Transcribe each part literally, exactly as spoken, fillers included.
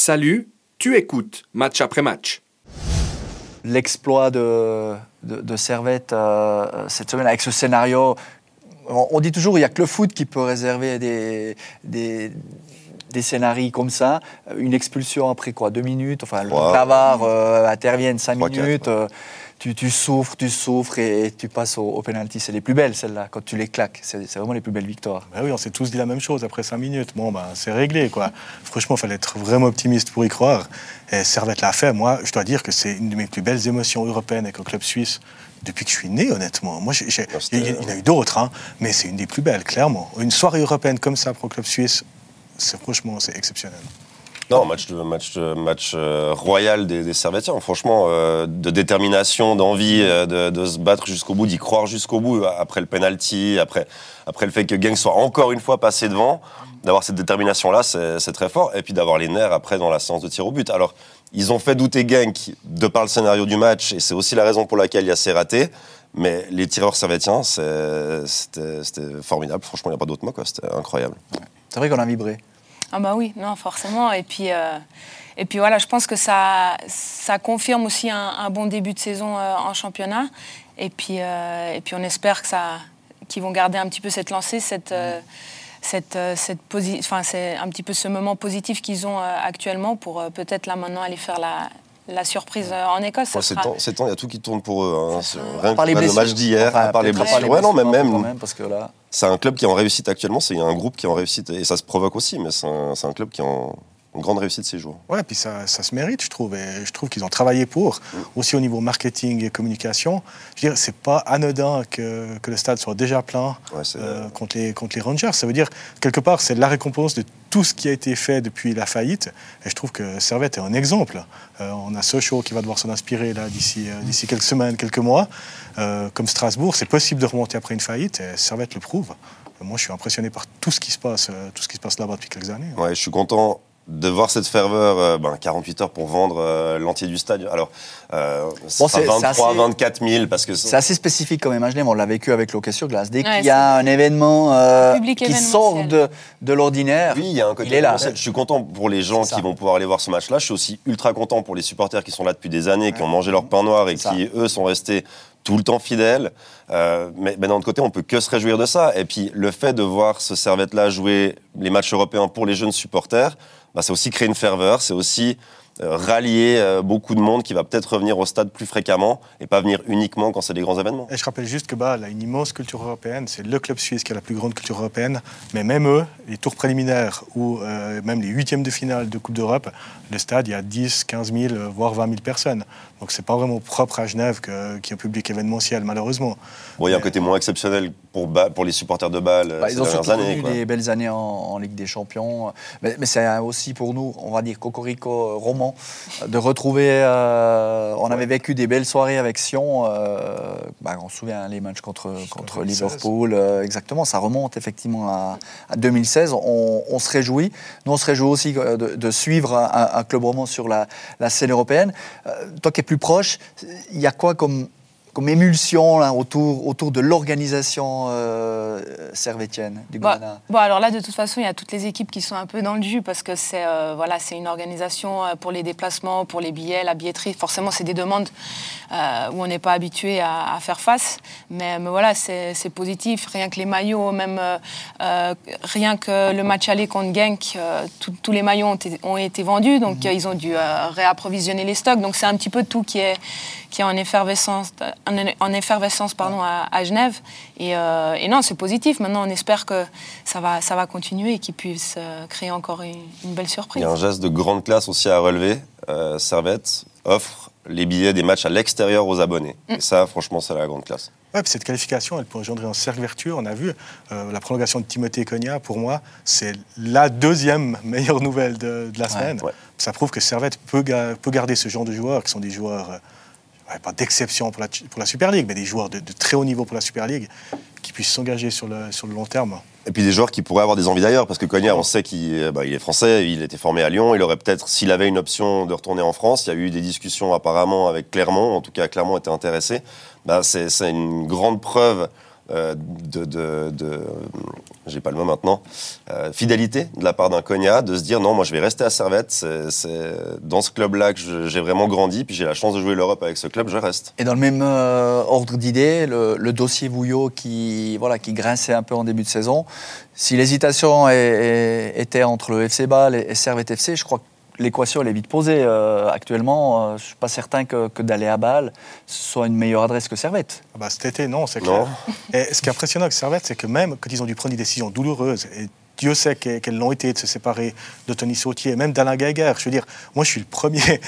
Salut, tu écoutes match après match. L'exploit de, de, de Servette euh, cette semaine avec ce scénario, on, on dit toujours qu'il n'y a que le foot qui peut réserver des, des, des scénarios comme ça. Une expulsion après quoi, deux minutes, enfin le wow. Clavard euh, intervienne cinq trois, minutes. quatre, ouais. euh, Tu, tu souffres, tu souffres et, et tu passes au, au pénalty. C'est les plus belles, celles-là, quand tu les claques. C'est, c'est vraiment les plus belles victoires. Ben oui, on s'est tous dit la même chose après cinq minutes. Bon, ben, c'est réglé, quoi. Franchement, il fallait être vraiment optimiste pour y croire. Et Servette l'a fait. Moi, je dois dire que c'est une de mes plus belles émotions européennes avec le club suisse depuis que je suis né, honnêtement. Moi, j'ai, j'ai, il y en a eu d'autres, hein, mais c'est une des plus belles, clairement. Une soirée européenne comme ça pour le club suisse, c'est, franchement, c'est exceptionnel. Non, match, match, match euh, royal des, des Servettiens. Franchement, euh, de détermination, d'envie euh, de, de se battre jusqu'au bout, d'y croire jusqu'au bout, après le penalty, après, après le fait que Genk soit encore une fois passé devant, d'avoir cette détermination-là, c'est, c'est très fort. Et puis d'avoir les nerfs après dans la séance de tir au but. Alors, ils ont fait douter Genk de par le scénario du match, et c'est aussi la raison pour laquelle il y a ces ratés. Mais les tireurs servettiens, c'est, c'était, c'était formidable. Franchement, il n'y a pas d'autre mot, quoi. C'était incroyable. C'est vrai qu'on a vibré. Ah bah oui, non, forcément. Et puis, euh, et puis voilà, je pense que ça, ça confirme aussi un, un bon début de saison euh, en championnat. Et puis, euh, et puis on espère que ça, qu'ils vont garder un petit peu cette lancée, cette, euh, cette, euh, cette posi- enfin, c'est un petit peu ce moment positif qu'ils ont euh, actuellement pour euh, peut-être là maintenant aller faire la, la surprise euh, en Écosse. Ouais, Ça ces sera... temps, ces temps, il y a tout qui tourne pour eux. Hein. Ça, Rien par que les le blessures. match d'hier, Enfin, à part les peut-être blessures. pas les Ouais, non, mais blessures même. quand même, parce que là... C'est un club qui est en réussite actuellement, c'est un groupe qui est en réussite, et ça se provoque aussi, mais c'est un, c'est un club qui est en, en grande réussite ces jours. Ouais, puis ça, ça se mérite, je trouve. Et je trouve qu'ils ont travaillé pour, mmh. aussi au niveau marketing et communication. Je veux dire, c'est pas anodin que, que le stade soit déjà plein ouais, euh, contre, les, contre les Rangers. Ça veut dire, quelque part, c'est la récompense de tout ce qui a été fait depuis la faillite. Et je trouve que Servette est un exemple. Euh, on a Sochaux qui va devoir s'en inspirer là, d'ici, euh, d'ici quelques semaines, quelques mois. Euh, comme Strasbourg, c'est possible de remonter après une faillite, et Servette le prouve. Moi, je suis impressionné par tout ce qui se passe, euh, tout ce qui se passe là-bas depuis quelques années. Ouais, je suis content de voir cette ferveur, euh, ben, quarante-huit heures pour vendre euh, l'entier du stade. Alors, euh, bon, c'est vingt-trois, vingt-quatre mille, parce que... C'est assez spécifique quand même à Genève, on l'a vécu avec l'Hockey sur glace. Dès ouais, qu'il y a un événement euh, qui sort de, de l'ordinaire, oui, il y a un côté il est là. Je suis content pour les gens qui vont pouvoir aller voir ce match-là. Je suis aussi ultra content pour les supporters qui sont là depuis des années, ouais. qui ont mangé leur pain noir et c'est qui, ça. eux, sont restés tout le temps fidèles. Euh, mais, mais d'un autre côté, on peut que se réjouir de ça. Et puis, le fait de voir ce Servette-là jouer les matchs européens pour les jeunes supporters, bah, c'est aussi créer une ferveur, c'est aussi euh, rallier euh, beaucoup de monde qui va peut-être revenir au stade plus fréquemment et pas venir uniquement quand c'est des grands événements. Et je rappelle juste que Bâle a une immense culture européenne, c'est le club suisse qui a la plus grande culture européenne, mais même eux, les tours préliminaires ou euh, même les huitièmes de finale de Coupe d'Europe, le stade, il y a dix, quinze mille, voire vingt mille personnes. Donc c'est pas vraiment propre à Genève que, qui est un public événementiel, malheureusement. Bon, il y a un côté moins exceptionnel pour, ba- pour les supporters de Bâle bah, ces ils ont dernières surtout années. connu Quoi. des belles années en, en Ligue des Champions. Mais, mais c'est aussi pour nous, on va dire, cocorico roman, de retrouver... Euh, on avait vécu des belles soirées avec Sion. Euh, bah, on se souvient, les matchs contre, contre Liverpool. Euh, exactement, ça remonte effectivement à, à deux mille seize. On, on se réjouit. Nous, on se réjouit aussi de, de suivre un, un club roman sur la, la scène européenne. Euh, toi qui es plus proche, il y a quoi comme... comme émulsion là, autour, autour de l'organisation euh, servettienne du bah, Ghana. Bon, alors là, de toute façon, il y a toutes les équipes qui sont un peu dans le jus parce que c'est, euh, voilà, c'est une organisation pour les déplacements, pour les billets, la billetterie. Forcément, c'est des demandes euh, où on n'est pas habitué à, à faire face. Mais, mais voilà, c'est, c'est positif. Rien que les maillots, même euh, euh, rien que le match aller contre Genk, euh, tous les maillots ont été, ont été vendus. Donc, mmh. ils ont dû euh, réapprovisionner les stocks. Donc, c'est un petit peu tout qui est, qui est en effervescence. en effervescence pardon, à, à Genève. Et, euh, et non, c'est positif. Maintenant, on espère que ça va, ça va continuer et qu'ils puissent euh, créer encore une, une belle surprise. Il y a un geste de grande classe aussi à relever. Euh, Servette offre les billets des matchs à l'extérieur aux abonnés. Mm. Et ça, franchement, c'est la grande classe. Ouais, puis cette qualification, elle peut engendrer un cercle vertueux. On a vu euh, la prolongation de Timothée Cogna, pour moi, c'est la deuxième meilleure nouvelle de, de la semaine. Ouais, ouais. Ça prouve que Servette peut, ga- peut garder ce genre de joueurs qui sont des joueurs... Euh, Ouais, pas d'exception pour la, pour la Super League, mais des joueurs de, de très haut niveau pour la Super League qui puissent s'engager sur le, sur le long terme. Et puis des joueurs qui pourraient avoir des envies d'ailleurs, parce que Cogna, on sait qu'il bah, il est français, il était formé à Lyon, il aurait peut-être, s'il avait une option de retourner en France, il y a eu des discussions apparemment avec Clermont, en tout cas Clermont était intéressé, bah, c'est, c'est une grande preuve euh, de, de, de j'ai pas le mot maintenant, euh, fidélité de la part d'un Konya, de se dire non, moi je vais rester à Servette, c'est, c'est dans ce club-là que je, j'ai vraiment grandi, puis j'ai la chance de jouer l'Europe avec ce club, je reste. Et dans le même euh, ordre d'idée, le, le dossier Vouillot qui, voilà, qui grinçait un peu en début de saison, si l'hésitation est, est, était entre le F C Bâle et, et Servette F C, je crois que l'équation elle est vite posée. Euh, actuellement, euh, je ne suis pas certain que, que d'aller à Bâle soit une meilleure adresse que Servette. Ah bah, cet été, non, c'est clair. Et ce qui est impressionnant avec Servette, c'est que même quand ils ont dû prendre des décisions douloureuses, et Dieu sait qu'elles l'ont été de se séparer de Tony Sautier, même d'Alain Gaguerre, je veux dire, moi je suis le premier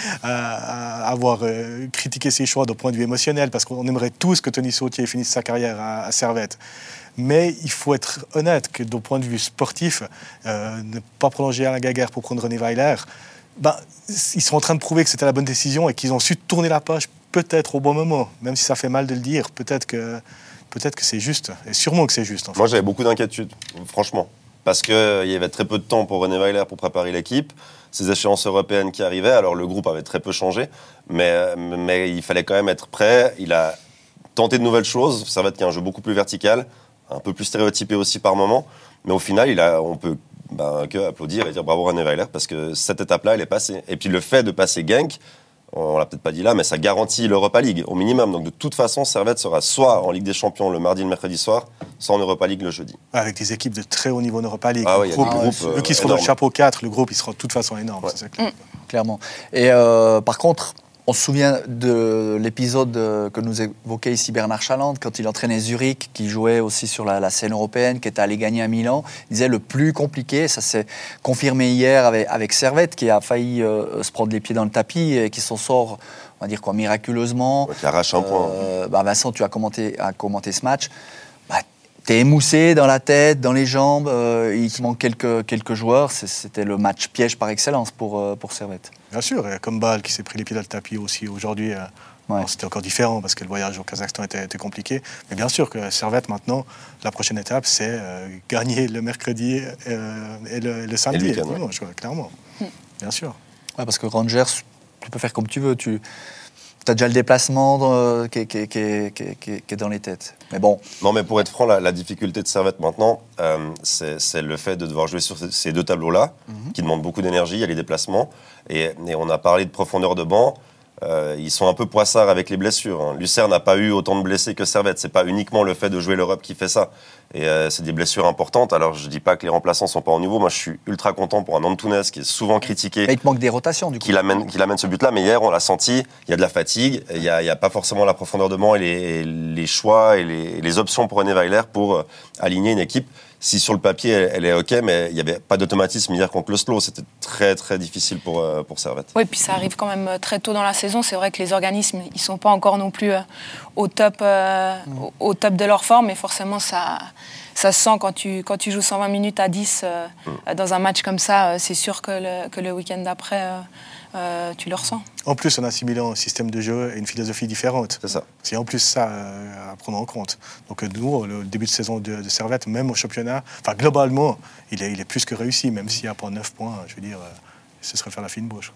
à, à avoir euh, critiqué ses choix d'un point de vue émotionnel, parce qu'on aimerait tous que Tony Sautier finisse sa carrière à, à Servette. Mais il faut être honnête que d'un point de vue sportif, euh, ne pas prolonger Alain Gaguerre pour prendre René Weiler, ben, ils sont en train de prouver que c'était la bonne décision et qu'ils ont su tourner la page peut-être au bon moment, même si ça fait mal de le dire. Peut-être que, peut-être que c'est juste, et sûrement que c'est juste. En fait. Moi, j'avais beaucoup d'inquiétudes, franchement, parce qu'il y avait très peu de temps pour René Weiler pour préparer l'équipe, ces échéances européennes qui arrivaient, alors le groupe avait très peu changé, mais, mais il fallait quand même être prêt. Il a tenté de nouvelles choses, Servette qui a un jeu beaucoup plus vertical, un peu plus stéréotypé aussi par moment, mais au final, il a, on peut ben, que applaudir et dire bravo René Weiler parce que cette étape-là, elle est passée. Et puis le fait de passer Genk, on l'a peut-être pas dit là, mais ça garantit l'Europa League au minimum. Donc de toute façon, Servette sera soit en Ligue des Champions le mardi et le mercredi soir, soit en Europa League le jeudi. Avec des équipes de très haut niveau en Europa League. Ah oui, le il y a groupe, des groupes, eux euh, qui seront dans le chapeau quatre, le groupe, il sera de toute façon énorme. Ouais. C'est ça, clair. Mmh. Clairement. Et euh, par contre, on se souvient de l'épisode que nous évoquait ici Bernard Chaland, quand il entraînait Zurich, qui jouait aussi sur la, la scène européenne, qui était allé gagner à Milan. Il disait le plus compliqué, ça s'est confirmé hier avec, avec Servette, qui a failli euh, se prendre les pieds dans le tapis et qui s'en sort, on va dire quoi, miraculeusement. Ouais, qui arrache un point. Euh, bah Vincent, tu as commenté, as commenté ce match. Bah, t'es émoussé dans la tête, dans les jambes, euh, il te manque quelques, quelques joueurs. C'était le match piège par excellence pour, euh, pour Servette. Bien sûr, et comme Bâle qui s'est pris les pieds dans le tapis aussi aujourd'hui, euh, ouais. C'était encore différent parce que le voyage au Kazakhstan était, était compliqué. Mais bien sûr que Servette maintenant, la prochaine étape, c'est euh, gagner le mercredi euh, et, le, et le samedi. Et le week-end, dimanche, ouais, clairement. Mm. Bien sûr. Ouais, parce que Rangers, tu peux faire comme tu veux. Tu as déjà le déplacement euh, qui, qui, qui, qui, qui, qui est dans les têtes. Mais bon. Non, mais pour être franc, la, la difficulté de Servette maintenant, euh, c'est, c'est le fait de devoir jouer sur ces deux tableaux-là, mm-hmm. qui demandent beaucoup d'énergie, il y a les déplacements. Et, et on a parlé de profondeur de banc. Euh, ils sont un peu poissards avec les blessures. Hein. Lucerne n'a pas eu autant de blessés que Servette. C'est pas uniquement le fait de jouer l'Europe qui fait ça. Et euh, c'est des blessures importantes. Alors je dis pas que les remplaçants sont pas au niveau. Moi je suis ultra content pour un Antunes qui est souvent critiqué. Mais il te manque des rotations du coup. Qui l'amène, qui l'amène ce but-là. Mais hier on l'a senti. Il y a de la fatigue. Il y a, il y a pas forcément la profondeur de banc et les, les choix et les, les options pour René Weiler pour euh, aligner une équipe. Si sur le papier elle, elle est ok, mais il n'y avait pas d'automatisme hier contre le Slow, c'était très très difficile pour euh, pour Servette. Oui, puis ça arrive quand même très tôt dans la saison. C'est vrai que les organismes ils sont pas encore non plus euh, au top euh, mmh. au, au top de leur forme, mais forcément ça ça se sent quand tu quand tu joues cent vingt minutes à dix euh, mmh. dans un match comme ça. Euh, c'est sûr que le que le week-end d'après euh, euh, tu le ressens. En plus, en assimilant un système de jeu et une philosophie différente. C'est ça. C'est en plus ça euh, à prendre en compte. Donc nous, le début de saison de, de Servette, même au championnat, enfin globalement, il est, il est plus que réussi, même s'il n'y a pas neuf points, je veux dire, euh, ce serait faire la fine bouche.